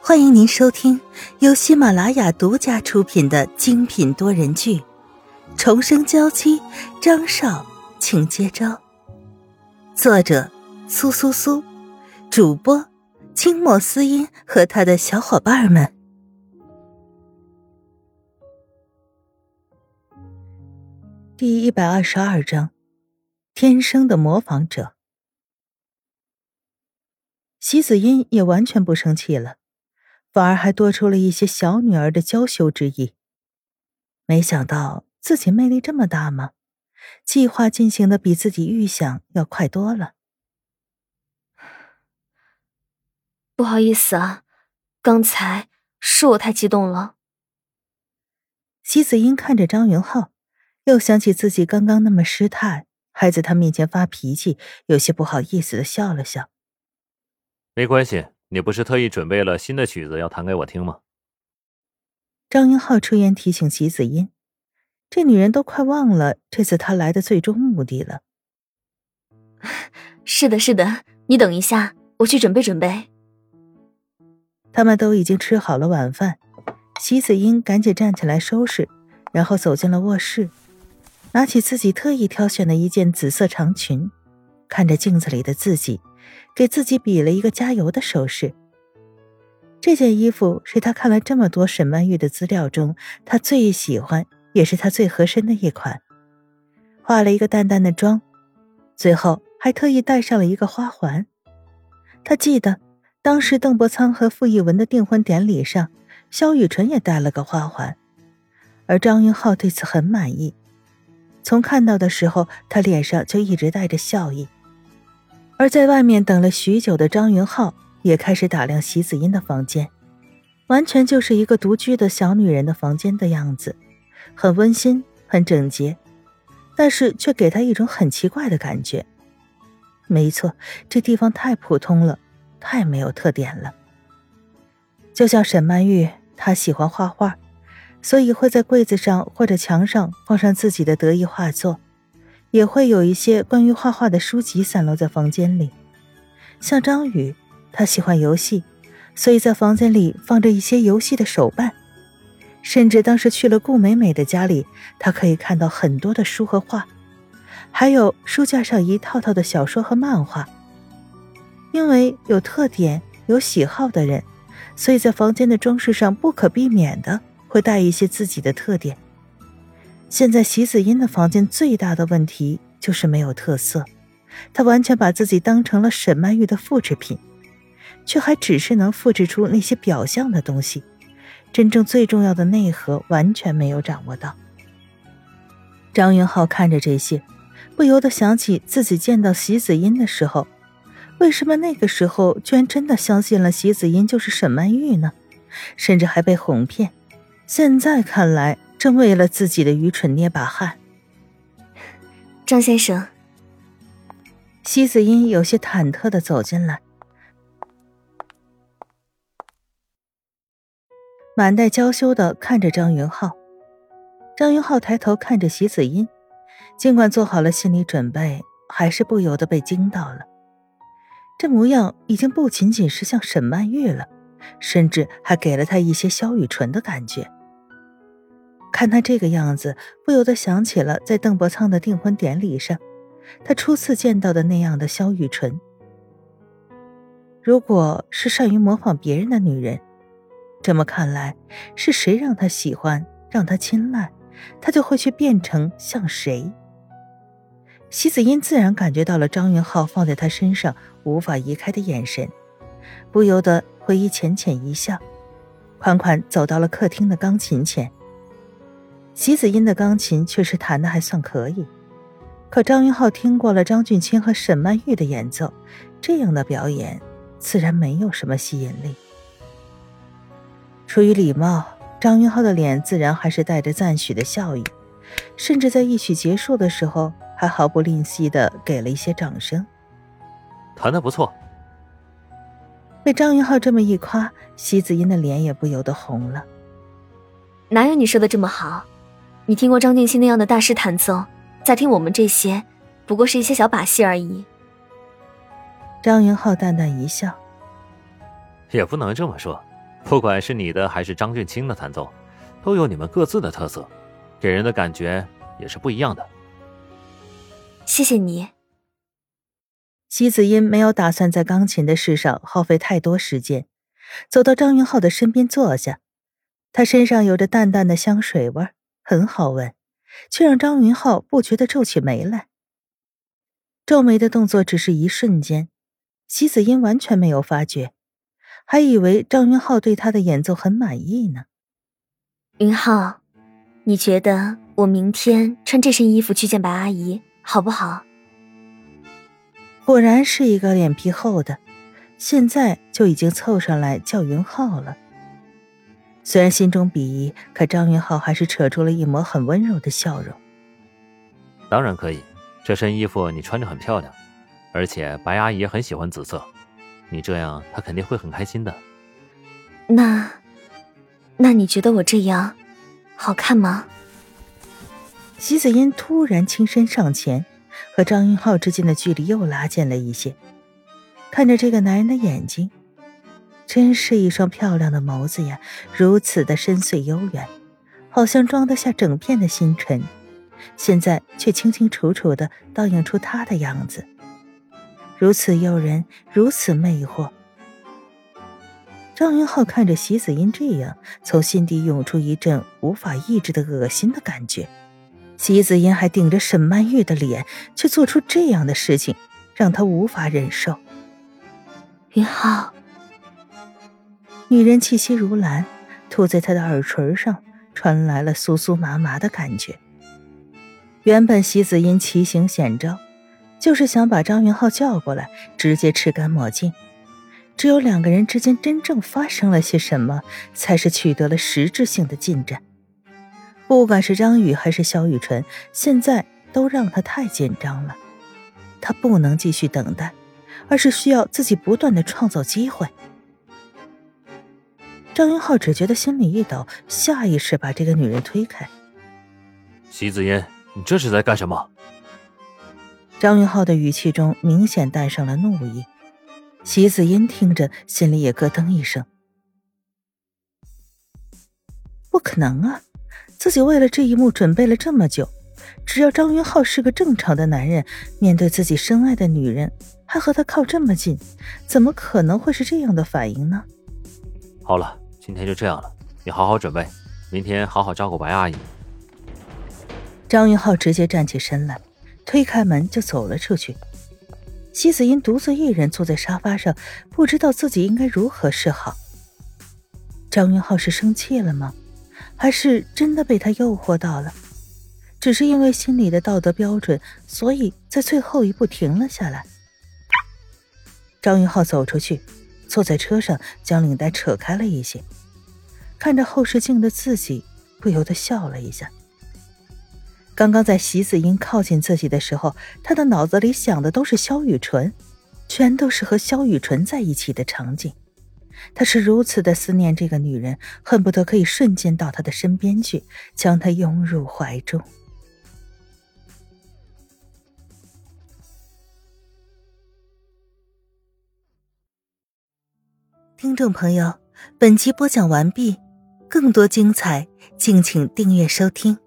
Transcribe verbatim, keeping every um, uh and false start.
欢迎您收听由喜马拉雅独家出品的精品多人剧《重生娇妻》，张少，请接招。作者苏苏苏，主播清末思音和他的小伙伴们。第一百二十二章，天生的模仿者。席子音也完全不生气了，反而还多出了一些小女儿的娇羞之意。没想到自己魅力这么大吗？计划进行的比自己预想要快多了。 不好意思啊，刚才是我太激动了。 席子音看着张云浩，又想起自己刚刚那么失态，还在他面前发脾气，有些不好意思的笑了笑。 没关系，你不是特意准备了新的曲子要弹给我听吗？ 张云浩出言提醒席子音，这女人都快忘了这次他来的最终目的了。 是的是的，你等一下，我去准备准备。 他们都已经吃好了晚饭，席子音赶紧站起来收拾，然后走进了卧室，拿起自己特意挑选的一件紫色长裙，看着镜子里的自己，给自己比了一个加油的手势。这件衣服是他看了这么多沈曼玉的资料中，他最喜欢也是他最合身的一款。化了一个淡淡的妆，最后还特意戴上了一个花环。他记得当时邓伯苍和傅艺文的订婚典礼上，萧雨辰也戴了个花环，而张云浩对此很满意。从看到的时候，他脸上就一直带着笑意。而在外面等了许久的张云浩也开始打量席子音的房间，完全就是一个独居的小女人的房间的样子，很温馨，很整洁，但是却给他一种很奇怪的感觉。没错，这地方太普通了，太没有特点了。就像沈曼玉，她喜欢画画，所以会在柜子上或者墙上放上自己的得意画作，也会有一些关于画画的书籍散落在房间里。像张宇，他喜欢游戏，所以在房间里放着一些游戏的手办。甚至当时去了顾美美的家里，他可以看到很多的书和画，还有书架上一套套的小说和漫画。因为有特点有喜好的人，所以在房间的装饰上不可避免的会带一些自己的特点。现在席子音的房间最大的问题就是没有特色，他完全把自己当成了沈曼玉的复制品，却还只是能复制出那些表象的东西，真正最重要的内核完全没有掌握到。张云浩看着这些，不由得想起自己见到席子音的时候，为什么那个时候居然真的相信了席子音就是沈曼玉呢？甚至还被哄骗，现在看来正为了自己的愚蠢捏把汗。 张先生。 席子音有些忐忑地走进来，满带娇羞地看着张云浩。张云浩抬头看着席子音，尽管做好了心理准备，还是不由得被惊到了。这模样已经不仅仅是像沈曼玉了，甚至还给了他一些萧雨辰的感觉。看他这个样子，不由得想起了在邓伯苍的订婚典礼上，他初次见到的那样的萧雨辰。如果是善于模仿别人的女人，这么看来，是谁让他喜欢，让他青睐，他就会去变成像谁。席子音自然感觉到了张云浩放在他身上无法移开的眼神，不由得回忆浅浅一笑，款款走到了客厅的钢琴前。席子音的钢琴确实弹得还算可以，可张云浩听过了张俊清和沈曼玉的演奏，这样的表演自然没有什么吸引力。出于礼貌，张云浩的脸自然还是带着赞许的笑意，甚至在一曲结束的时候还毫不吝惜地给了一些掌声。 弹得不错。 被张云浩这么一夸，席子音的脸也不由得红了。 哪有你说的这么好？你听过张敬熙那样的大师弹奏，再听我们这些，不过是一些小把戏而已。 张云浩淡淡一笑， 也不能这么说， 不管是你的还是张俊清的弹奏，都有你们各自的特色，给人的感觉也是不一样的。 谢谢你。 席子音没有打算在钢琴的事上耗费太多时间，走到张云浩的身边坐下。他身上有着淡淡的香水味，很好闻，却让张云浩不觉得皱起眉来。皱眉的动作只是一瞬间，席子音完全没有发觉，还以为张云浩对他的演奏很满意呢。 云浩，你觉得我明天穿这身衣服去见白阿姨好不好？ 果然是一个脸皮厚的，现在就已经凑上来叫云浩了。虽然心中鄙夷，可张云浩还是扯出了一抹很温柔的笑容。 当然可以，这身衣服你穿着很漂亮，而且白阿姨也很喜欢紫色，你这样她肯定会很开心的。 那那你觉得我这样好看吗？ 席子音突然轻身上前，和张云浩之间的距离又拉近了一些。看着这个男人的眼睛，真是一双漂亮的眸子呀，如此的深邃悠远，好像装得下整片的星辰，现在却清清楚楚地倒映出他的样子，如此诱人，如此魅惑。张云浩看着席子音这样，从心底涌出一阵无法抑制的恶心的感觉。席子音还顶着沈曼玉的脸，却做出这样的事情，让他无法忍受。 云浩， 女人气息如兰，吐在他的耳垂上，传来了酥酥麻麻的感觉。原本席子音奇行险招，就是想把张云浩叫过来，直接吃干抹净。只有两个人之间真正发生了些什么，才是取得了实质性的进展。不管是张宇还是萧雨辰，现在都让他太紧张了。他不能继续等待，而是需要自己不断地创造机会。张云浩只觉得心里一抖，下意识把这个女人推开。 席子音，你这是在干什么？ 张云浩的语气中明显带上了怒意。席子音听着，心里也咯噔一声。不可能啊，自己为了这一幕准备了这么久，只要张云浩是个正常的男人，面对自己深爱的女人，还和他靠这么近，怎么可能会是这样的反应呢？ 好了，今天就这样了，你好好准备，明天好好照顾白阿姨。 张云浩直接站起身来，推开门就走了出去。席子音独自一人坐在沙发上，不知道自己应该如何是好。张云浩是生气了吗？还是真的被他诱惑到了？只是因为心里的道德标准，所以在最后一步停了下来。张云浩走出去，坐在车上，将领带扯开了一些，看着后视镜的自己，不由得笑了一下。刚刚在席子音靠近自己的时候，他的脑子里想的都是萧雨纯，全都是和萧雨纯在一起的场景。他是如此的思念这个女人，恨不得可以瞬间到她的身边去，将她拥入怀中。听众朋友，本集播讲完毕，更多精彩，敬请订阅收听。